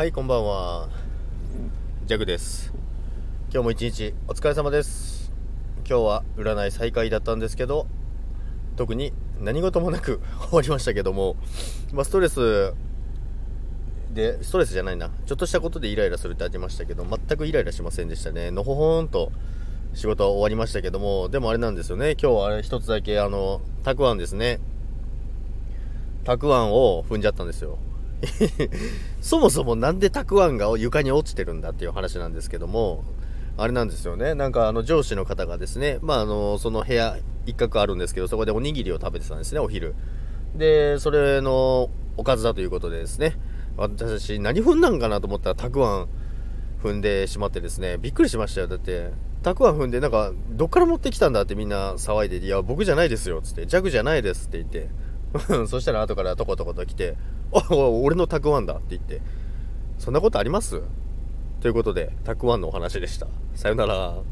はい、こんばんは。ジャグです。今日も一日お疲れ様です。今日は占い再開だったんですけど、特に何事もなく終わりましたけども、ストレスじゃないな、ちょっとしたことでイライラするってありましたけど、全くイライラしませんでしたね。のほほんと仕事は終わりましたけども、でもあれなんですよね。今日はあれ一つだけたくあんですね。たくあんを踏んじゃったんですよ。そもそもなんでたくあんが床に落ちてるんだっていう話なんですけども、あれなんですよね。なんか上司の方がですね、その部屋一角あるんですけど、そこでおにぎりを食べてたんですね、お昼で。それのおかずだということでですね、私何踏んだんかなと思ったらたくあん踏んでしまってですね、びっくりしましたよ。だってたくあん踏んで、なんかどっから持ってきたんだってみんな騒いで、いや僕じゃないですよつって、ジャグじゃないですって言ってそしたら後からトコトコと来て、俺のたくあんだって言って、そんなことあります？ということで、たくあんのお話でした。さよなら。